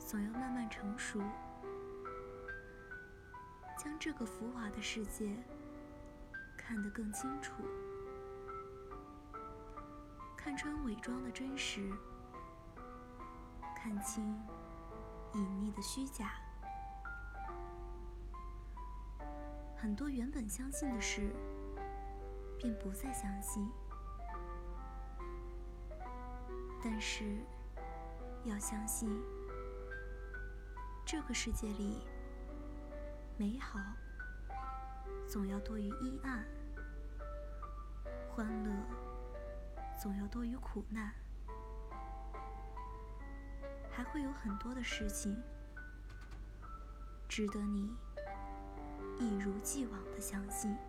总要慢慢成熟，将这个浮华的世界看得更清楚，看穿伪装的真实，看清隐匿的虚假。很多原本相信的事，便不再相信。但是，要相信，这个世界里，美好总要多于阴暗，欢乐总要多于苦难，还会有很多的事情，值得你一如既往的相信。